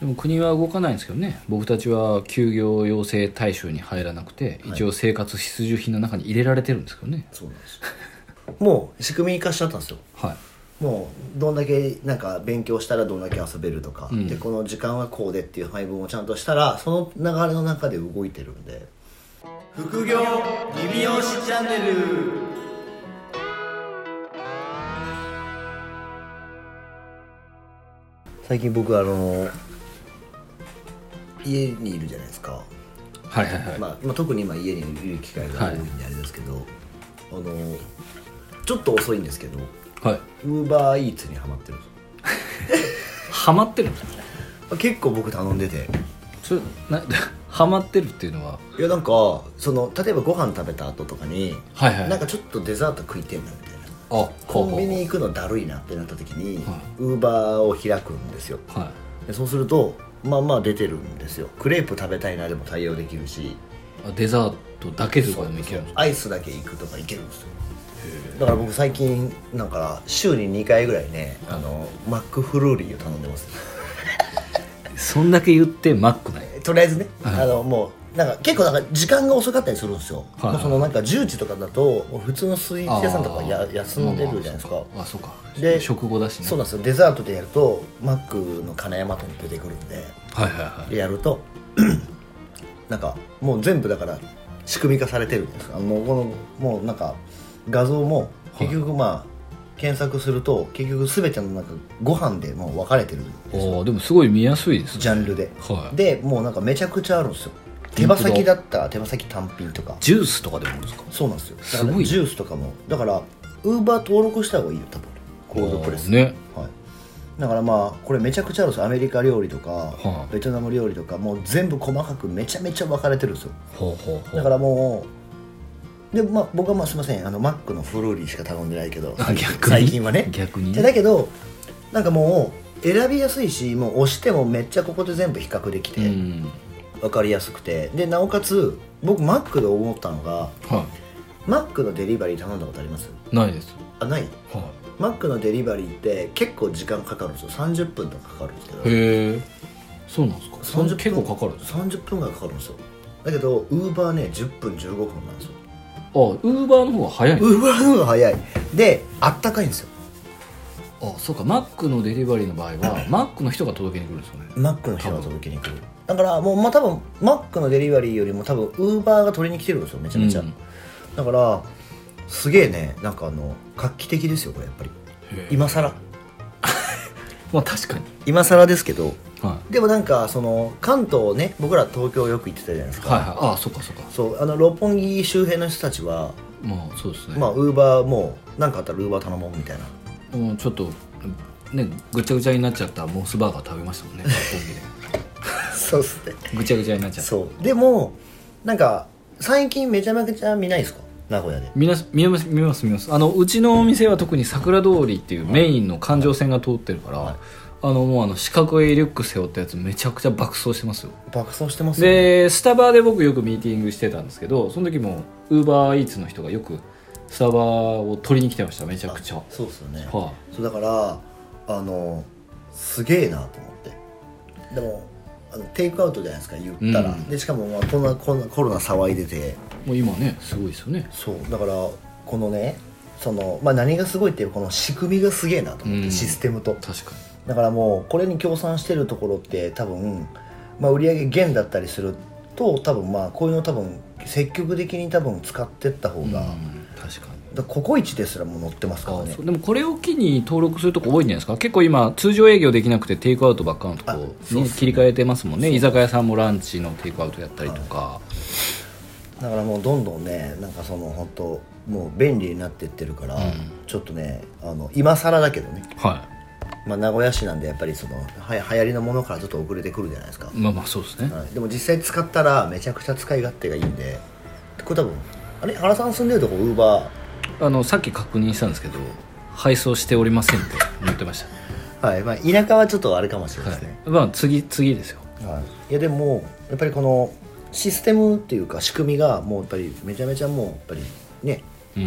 でも国は動かないんですけどね。僕たちは休業要請対象に入らなくて、一応生活必需品の中に入れられてるんですけどね。 そうなんですよもう仕組み化しちゃったんですよ。 はい。 もうどんだけなんか勉強したらどんだけ遊べるとか、 うん、 でこの時間はこうでっていう配分をちゃんとしたら、その流れの中で動いてるんで。副業リビオシチャンネル。最近僕家にいるじゃないですか。 はいはいはい。 まあ、特に今家にいる機会が多いんであれですけど、ちょっと遅いんですけど、 はい。 UberEats にハマってるんですよ。 ハマってるんですか？ 結構僕頼んでて。 それハマってるっていうのは、 いやなんか例えばご飯食べた後とかに、 はいはい、 なんかちょっとデザート食いてんなみたいな、コンビニ行くのだるいなってなった時に、Uber を開くんですよ。はい、でそうするとまあまあ出てるんですよ。クレープ食べたいなでも対応できるし、 デザートだけとかでもいけるんですか？ アイスだけ行くとかいけるんですよ。だから僕最近なんか週に2回ぐらいね、マックフルーリーを頼んでます。 そんだけ言ってマックない。 とりあえずね、もうなんか結構なんか時間が遅かったりするんですよ。もうそのなんか10時とかだと普通のスイーツ屋さんとか休んでるじゃないですか。 あ、そうか。 で食後だしね。 そうなんですよ。デザートでやるとマックの金山店に出てくるんで、 はいはいはい、 でやるとなんかもう全部だから仕組み化されてるんです。もうなんか画像も結局まあ検索すると結局全てのなんかご飯でもう分かれてるんですよ。 でもすごい見やすいですね、 ジャンルで、 はい、 でもうなんかめちゃくちゃあるんですよ。手羽先だったら手羽先単品とか、 ジュースとかでもあるんですか？ そうなんですよ。 すごい。 ジュースとかもだからウーバー登録した方がいいよ多分、コードプレスね、はい、 だからまあこれめちゃくちゃあるんですよ。アメリカ料理とか、ベトナム料理とかもう全部細かくめちゃめちゃ分かれてるんですよ。だからもうで、まあ、僕はまあすいませんマックのフルーリーしか頼んでないけど、最近はね。 逆にだけどなんかもう選びやすいし、もう押してもめっちゃここで全部比較できて分かりやすくて、でなおかつ僕マックで思ったのが、マックのデリバリー頼んだことあります？ ないです。 あ、ない？マックのデリバリーって結構時間かかるんですよ。30分とかかかるんですけど。 へえ、そうなんですか。結構かかるんですか ？30分ぐらいかかるんですよ。だけどウーバーね10分15分なんですよ。 ウーバーの方が早い。 ウーバーの方が早い。であったかいんですよ。 そうか。マックのデリバリーの場合はマックの人が届けに来るんですよね。 マックの人が届けに来る。だからもうまあ多分マックのデリバリーよりも多分ウーバーが取りに来てるんですよ、めちゃめちゃ、だからすげえね、なんか画期的ですよこれやっぱり。今更まあ確かに今更ですけど、でもなんか関東ね、僕ら東京よく行ってたじゃないですか。 ああ、そっかそっか。 そう六本木周辺の人たちはまあそうですね。 まあウーバーも何かあったらウーバー頼もうみたいな。 ちょっとね、ぐちゃぐちゃになっちゃったモスバーガー食べましたもんね、六本木で。 そうっすね。 ぐちゃぐちゃになっちゃった。 そうでもなんか最近めちゃめちゃ見ないですか、名古屋で？見ます。 うちのお店は特に桜通りっていうメインの環状線が通ってるから、もう四角いリュック背負ったやつめちゃくちゃ爆走してますよ。 爆走してますよね。 でスタバで僕よくミーティングしてたんですけど、その時もウーバーイーツの人がよくスタバを取りに来てました。めちゃくちゃ。 そうですよね。そうだからすげえなと思って。でもテイクアウトじゃないですか言ったら、でしかもまあこんなコロナ騒いでて、 もう今ねすごいですよね。 そうだからこのねまあ、何がすごいっていうこの仕組みがすげえなと思って、システムと。 確かに。 だからもうこれに協賛してるところって多分、まあ、売上減だったりすると多分まあこういうの多分積極的に多分使ってった方が、 確かに。 ココイチですらも載ってますからね。 でもこれを機に登録するとこ多いんじゃないですか。結構今通常営業できなくてテイクアウトばっかのとこに切り替えてますもんね。居酒屋さんもランチのテイクアウトやったりとか、 だからもうどんどんね、なんか本当もう便利になっていってるから、ちょっとね今更だけどね、まあ、名古屋市なんでやっぱり流行りのものからちょっと遅れてくるじゃないですか。 まあそうですね、 でも実際使ったらめちゃくちゃ使い勝手がいいんで、これ多分原さん住んでるとこウーバーさっき確認したんですけど配送しておりませんって言ってました。 はい、まあ、田舎はちょっとあれかもしれないですね。 まあ次ですよ。 いやでもやっぱりこのシステムっていうか仕組みがもうやっぱりめちゃめちゃもうやっぱりね、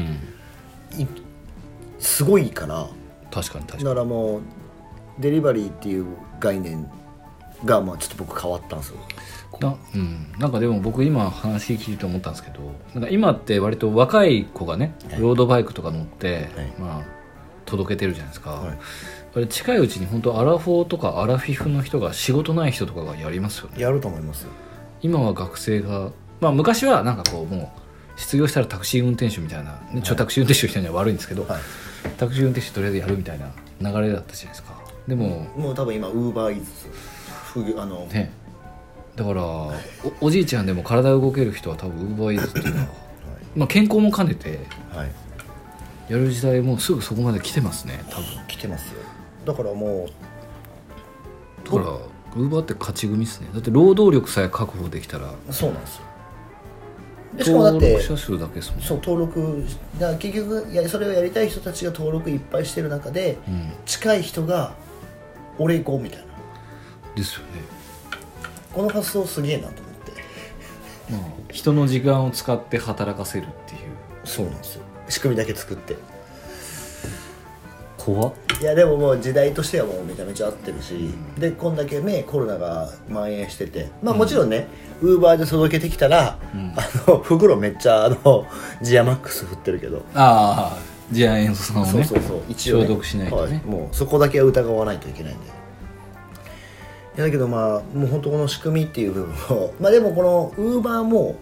すごいから。 確かに。 だからもうデリバリーっていう概念がまあちょっと僕変わったんですよ。 なんかでも僕今話聞いて思ったんですけど、なんか今って割と若い子がねロードバイクとか乗って、まあ届けてるじゃないですか、あれ近いうちに本当アラフォーとかアラフィフの人が仕事ない人とかがやりますよね。 やると思いますよ。 今は学生が、まあ昔はなんかこうもう失業したらタクシー運転手みたいな、タクシー運転手の人には悪いんですけど、タクシー運転手とりあえずやるみたいな流れだったじゃないですか。でももう多分今ウーバーイーツね、だから おじいちゃんでも体動ける人は多分ウーバーイーツっていうのは、まあ健康も兼ねてやる時代もうすぐそこまで来てますね。多分来てますよ。だからもうだからウーバーって勝ち組ですね。だって労働力さえ確保できたら。 そうなんですよ。でしかもだって登録者数だけですもんね。 そう登録だから結局それをやりたい人たちが登録いっぱいしてる中で、近い人が俺行こうみたいなですよね。 この発想すげえなと思って、 まあ、人の時間を使って働かせるっていう。 そうなんですよ。仕組みだけ作って怖っ。 いやでももう時代としてはもうめちゃめちゃ合ってるし、でこんだけねコロナが蔓延してて、まあもちろんねウーバーで届けてきたら、袋めっちゃジアマックス振ってるけど、 ああジア塩素酸をねそう一応ね消毒しないとね、 もうそこだけは疑わないといけないんで。いやだけどまあもう本当この仕組みっていう部分をまあでもこのウーバーも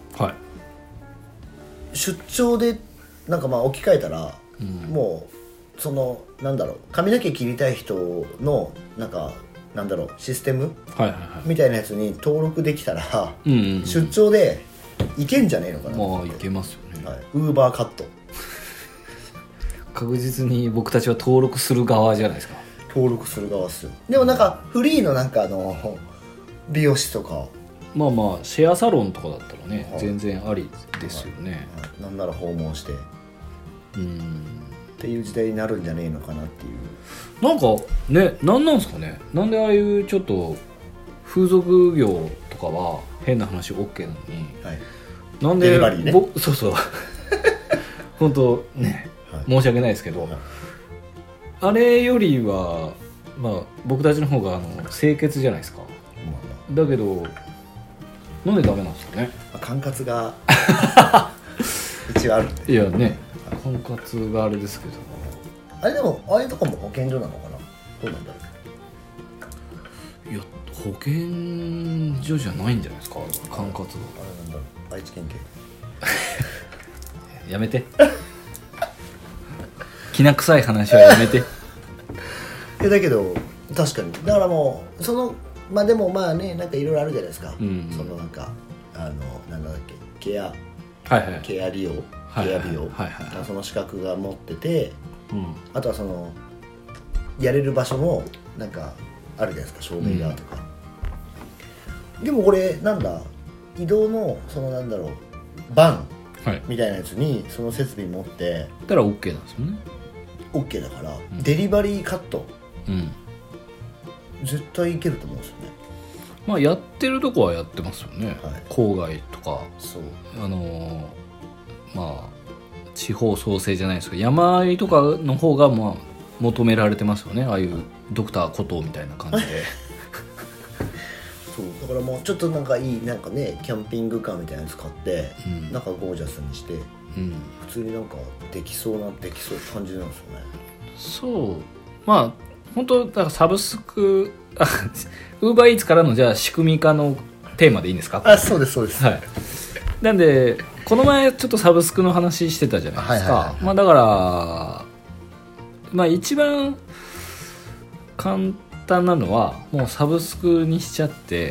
出張でなんかまあ置き換えたら、もうそのなんだろう髪の毛切りたい人のなんかなんだろうシステム、みたいなやつに登録できたら、出張でいけんじゃねえのかな。 まあいけますよね。 ウーバーカット確実に僕たちは登録する側じゃないですか。 登録する側っすよ。でもなんかフリーのなんか美容師とかまあまあシェアサロンとかだったらね、全然ありですよね。 なんなら訪問してっていう時代になるんじゃねえのかなっていう。 なんかね、なんですかね。なんでああいうちょっと風俗業とかは変な話 OK なのに、なんでデリバリーね。 そうそう本当ね、申し訳ないですけど、あれよりはまあ僕たちの方が清潔じゃないですか。だけどなんでダメなんですかね。 管轄が一応あるんで。 いやね、管轄があれですけど、 あれでもああいうとこも保健所なのかな。どうなんだろう。いや保健所じゃないんじゃないですか、管轄が。 あれなんだろう、愛知県警やめてきな臭い話はやめてだけど確かにだからもうそのまあでもまあねなんかいろいろあるじゃないですか、そのなんかなんだっけケア利用ケア美容その資格が持ってて、あとはそのやれる場所もなんかあるじゃないですか、照明がとか、でもこれなんだ移動のそのなんだろうバンみたいなやつにその設備持ってたら OK なんですよね。 OK だから、デリバリーカット、絶対いけると思うんですよね。 まあやってるとこはやってますよね、郊外とか。 そうまあ地方創生じゃないですけど山あいとかの方がまあ求められてますよね、ああいうドクターコトーみたいな感じでそうだからもうちょっとなんかいいなんかねキャンピングカーみたいなやつ買って、なんかゴージャスにして、普通になんかできそう感じなんですよね。 そうまあ本当だからサブスクウーバーイーツからのじゃあ仕組み化のテーマでいいんですか。 そうですそうです、 なんでこの前ちょっとサブスクの話してたじゃないですか。まあだからまあ一番簡単なのはもうサブスクにしちゃって、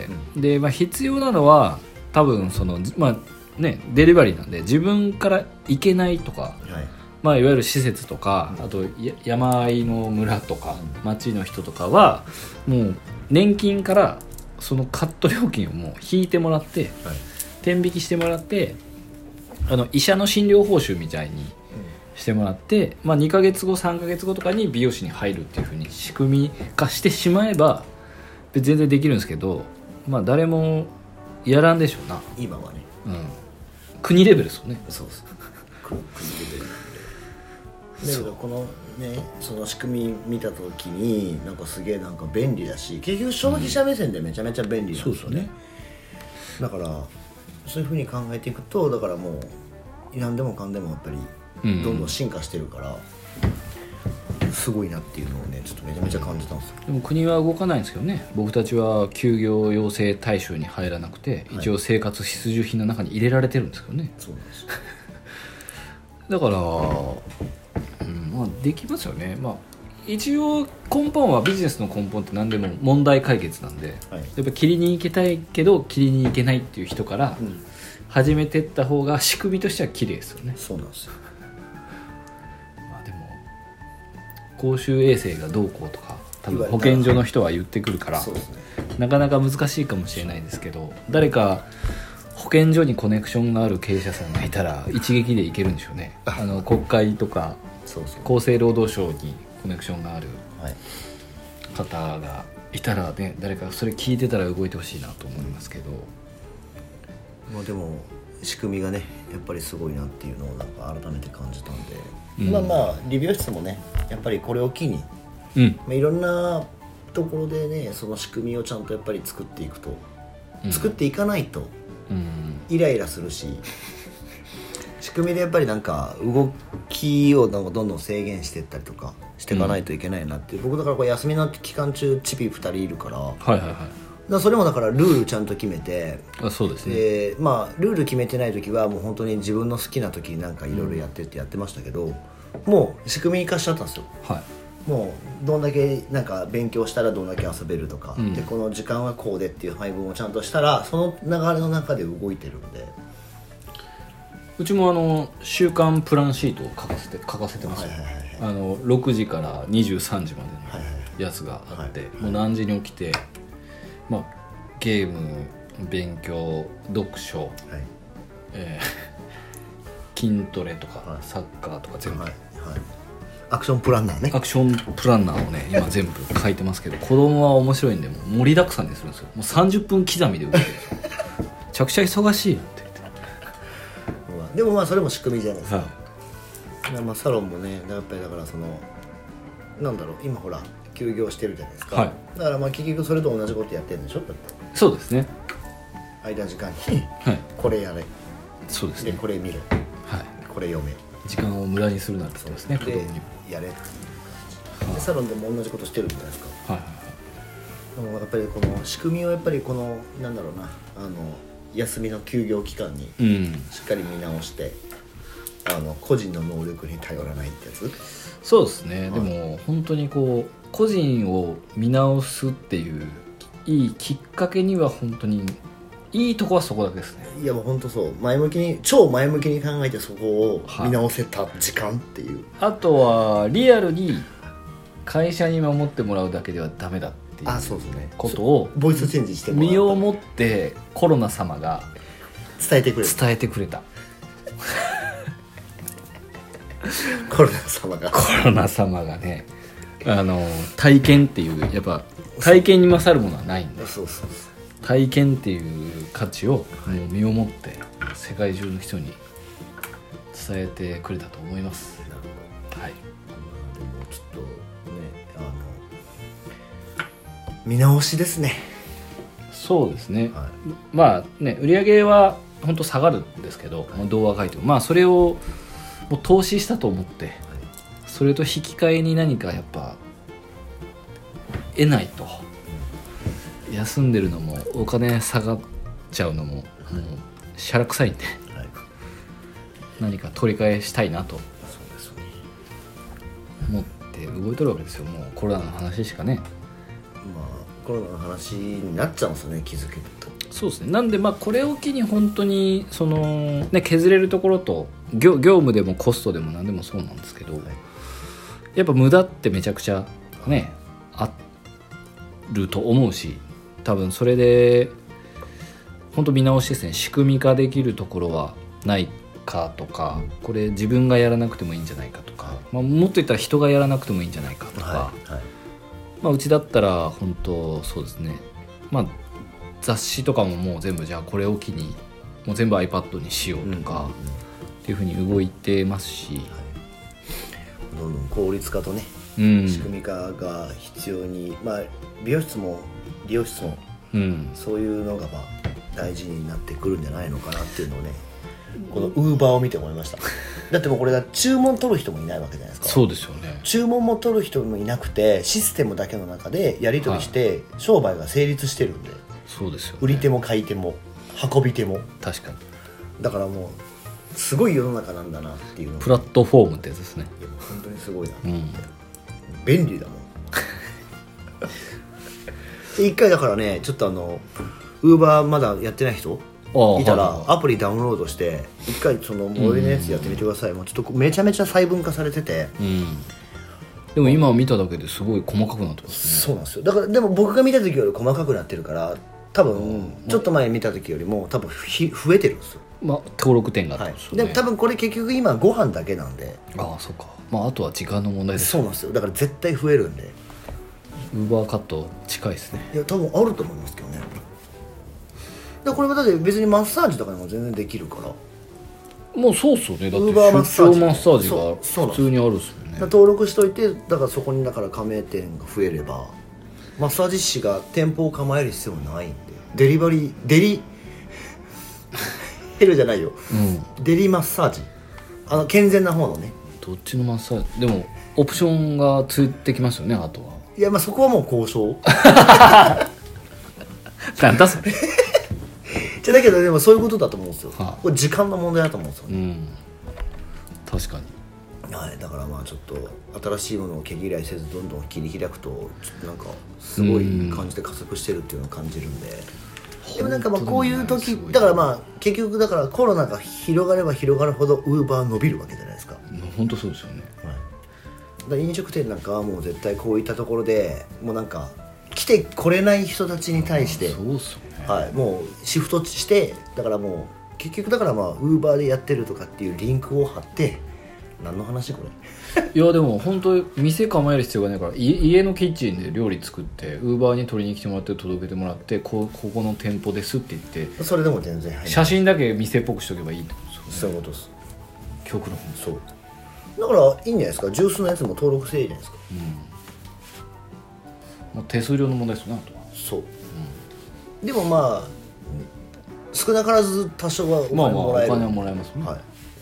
で、まあ、必要なのは多分そのまあねデリバリーなんで自分から行けないとか、まあいわゆる施設とか、あと山あいの村とか町の人とかはもう年金からそのカット料金をもう引いてもらって、天引きしてもらって医者の診療報酬みたいにしてもらって、まあ、2ヶ月後3ヶ月後とかに美容師に入るっていう風に仕組み化してしまえば全然できるんですけど、まあ誰もやらんでしょうな今はね、 国レベルですよね。 そうです国レベルだけどこのねその仕組み見た時になんかすげえなんか便利だし、結局消費者目線でめちゃめちゃ便利なんですよね、だからそういう風に考えていくと、だからもう何でもかんでもやっぱりどんどん進化してるから、すごいなっていうのをねちょっとめちゃめちゃ感じたんですよ。 でも国は動かないんですけどね。僕たちは休業要請対象に入らなくて、一応生活必需品の中に入れられてるんですけどね。 そうなんですよだから、まあ、できますよね。まあ一応根本はビジネスの根本って何でも問題解決なんで、やっぱ切りに行けたいけど切りに行けないっていう人から始めていった方が仕組みとしては綺麗ですよね。 そうなんですよ。 まあでも公衆衛生がどうこうとか多分保健所の人は言ってくるから、 そうですね、 なかなか難しいかもしれないですけど、誰か保健所にコネクションがある経営者さんがいたら一撃でいけるんでしょうね。国会とか厚生労働省にコネクションがある方がいたらね、誰かそれ聞いてたら動いてほしいなと思いますけど、 まあでも仕組みがねやっぱりすごいなっていうのをなんか改めて感じたんで、まあ理美容室もねやっぱりこれを機に、いろんなところでねその仕組みをちゃんとやっぱり作っていくと、作っていかないとイライラするし、仕組みでやっぱりなんか動きをなんかどんどん制限していったりとかしていかないといけないなっていう、僕だからこれ休みの期間中チピ2人いるから、それもだからルールちゃんと決めて、 そうですね、 まあルール決めてない時はもう本当に自分の好きな時になんかいろいろやってってやってましたけど、もう仕組み化しちゃったんですよ。もうどんだけなんか勉強したらどんだけ遊べるとか、でこの時間はこうでっていう配分をちゃんとしたらその流れの中で動いてるんで、 うちも週間プランシートを書かせてますよ。6時から23時までのやつがあって、もう何時に起きて、まあ、ゲーム、勉強、読書、筋トレとか、サッカーとか全部、 アクションプランナーね、 アクションプランナーをね今全部書いてますけど、子供は面白いんでもう盛りだくさんにするんですよ。もう30分刻みで受けてるんですよ。めちゃくちゃ忙しいよって言って。 でもまあそれも仕組みじゃないですか、まあサロンもねやっぱりだからそのなんだろう、今ほら休業してるじゃないですか、だからまあ結局それと同じことやってるんでしょ。だってそうですね、 間時間にこれやれ、 そうですね、 でこれ見ろ、これ読め、 時間を無駄にするなってことですね。子供にもやれっていう感じで、サロンでも同じことしてるじゃないですか。でもやっぱりこの仕組みをやっぱりこのなんだろうな、休みの休業期間にしっかり見直して、個人の能力に頼らないってやつ。 そうですね、でも本当にこう個人を見直すっていういいきっかけには本当にいいとこはそこだけですね。 いやもう本当そう、超前向きに考えてそこを見直せた時間っていう、 あとはリアルに会社に守ってもらうだけではダメだっていうことをボイスチェンジしてもらった、 身をもってコロナ様が伝えてくれたコロナ様がね体験っていう、やっぱ体験に勝るものはないんで、体験っていう価値をもう身をもって世界中の人に伝えてくれたと思います。 でもちょっとね見直しですね。 そうですね、まあね売り上げは本当下がるんですけど、動画書いてもまあそれをもう投資したと思って、それと引き換えに何かやっぱ得ないと、休んでるのもお金下がっちゃうのももうしゃらくさいんで、何か取り返したいなと思って動いとるわけですよ。もうコロナの話しかね、 コロナの話になっちゃうんですよね、気づけると。 そうですね、なんでまあこれを機に本当にその、ね、削れるところと業務でもコストでも何でもそうなんですけど、やっぱ無駄ってめちゃくちゃねあると思うし、多分それで本当見直しですね。仕組み化できるところはないかとか、これ自分がやらなくてもいいんじゃないかとか、もっと言ったら人がやらなくてもいいんじゃないかとか、うちだったら本当そうですね、雑誌とかももう全部じゃあこれを機にもう全部 iPad にしようとかっていうふうに動いてますし、 どん効率化とね、仕組み化が必要に、まあ、美容室も理容室も、そういうのがまあ大事になってくるんじゃないのかなっていうのをね、このウーバーを見て思いました。だってもうこれが注文取る人もいないわけじゃないですか。 そうですよね。 注文も取る人もいなくて、システムだけの中でやり取りして商売が成立してるんで、 そうですよね。 売り手も買い手も運び手も。 確かに。 だからもうすごい世の中なんだなっていうの。 プラットフォームってやつですね。 いや本当にすごいなと思って、便利だもん。で一回だからね、ちょっとウーバーまだやってない人いたらアプリダウンロードして一回その最寄りのやつやってみてください。もうちょっとめちゃめちゃ細分化されてて、 でも今見ただけですごい細かくなってますね。 そうなんですよ。だからでも僕が見た時より細かくなってるから、多分ちょっと前見た時よりも多分増えてるんですよ。 まあ登録点があるんですよね。 でも多分これ結局今ご飯だけなんで。 ああそうか。まああとは時間の問題です。 そうなんですよ。だから絶対増えるんで。 ウーバーカット近いですね。 いや多分あると思いますけどね。これはだって別にマッサージとかでも全然できるから。 もうそうっすよね。だってウーバーマッサージマッサージが普通にあるっすよね。 登録しといて、だからそこにだから加盟店が増えればマッサージ師が店舗を構える必要ないんで、デリヘルじゃないよ、デリマッサージ、健全な方のね。 どっちのマッサージでもオプションがついてきますよね。あとは、 いやまあそこはもう交渉なんだそれじゃだけどでもそういうことだと思うんですよ、これ時間の問題だと思うんですよね、 確かに。 はい、だからまあちょっと新しいものを毛嫌いせずどんどん切り開くとちょっとなんかすごい感じで加速してるっていうのを感じるんで、でもなんかまあこういう時だからまあ結局だからコロナが広がれば広がるほどウーバー伸びるわけじゃないですか。 本当そうですよね、 だから飲食店なんかはもう絶対こういったところでもうなんか来てこれない人たちに対して、 そうっすよね、 はい、もうシフトして、だからもう結局だからまあウーバーでやってるとかっていうリンクを貼って、何の話これいやでも本当店構える必要がないから、家のキッチンで料理作ってウーバーに取りに来てもらって届けてもらって、ここの店舗ですって言って、 それでも全然入る。 写真だけ店っぽくしとけばいいってことですよね。 そういうことです。 極論。 そうだからいいんじゃないですか。ジュースのやつも登録していいじゃないですか。 まあ、手数料の問題ですよね、あとは。 そう、でもまあ少なからず多少はお金もらえる、 お金はもらえますね、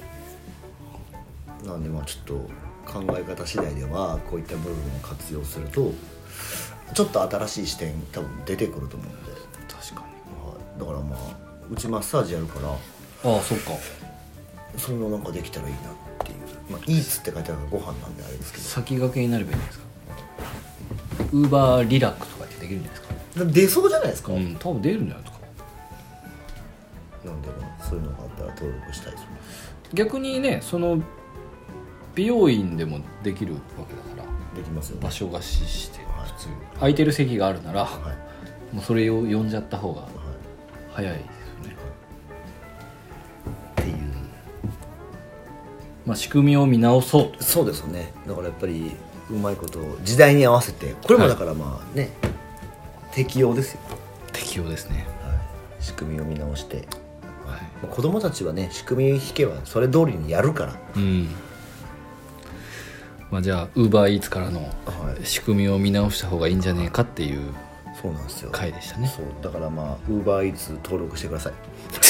なんでまあちょっと考え方次第ではこういった部分を活用するとちょっと新しい視点多分出てくると思うんで。 確かに、 だからまあうちマッサージやるから、 ああそっか、 そういうのなんかできたらいいなっていう、まあイーツって書いてあるからご飯なんであれですけど、 先駆けになればいいんじゃないですか。ウーバーリラックとかってできるんじゃないですか。 出そうじゃないですか。 多分出るんじゃないですか。 なんでまあそういうのがあったら登録したいですね。 逆にね、その美容院でもできるわけだから、 できますよね。 場所貸しして普通に空いてる席があるなら、もうそれを呼んじゃった方が早いですよね、っていう、まあ仕組みを見直そうと。 そうですよね。だからやっぱりうまいこと時代に合わせて、これもだからまあね、適用ですよ。 適用ですね、 仕組みを見直して、子供たちはね仕組み引けばそれ通りにやるから、 まあ、じゃあウーバーイーツからの仕組みを見直した方がいいんじゃねえかっていうそうなんですよ回でしたね。 そうだからまあウーバーイーツ登録してください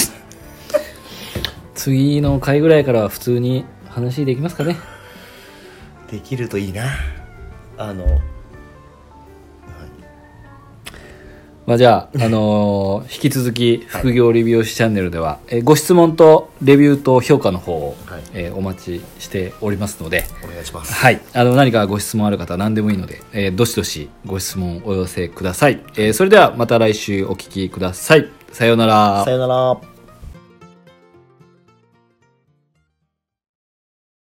次の回ぐらいからは普通に話できますかね。 できるといいな。 まあ、じゃあ、引き続き副業レビュー師チャンネルでは、ご質問とレビューと評価の方を、お待ちしておりますので、 お願いします。 はい、何かご質問ある方は何でもいいので、どしどしご質問お寄せください。それではまた来週お聞きください。さようなら。 さようなら。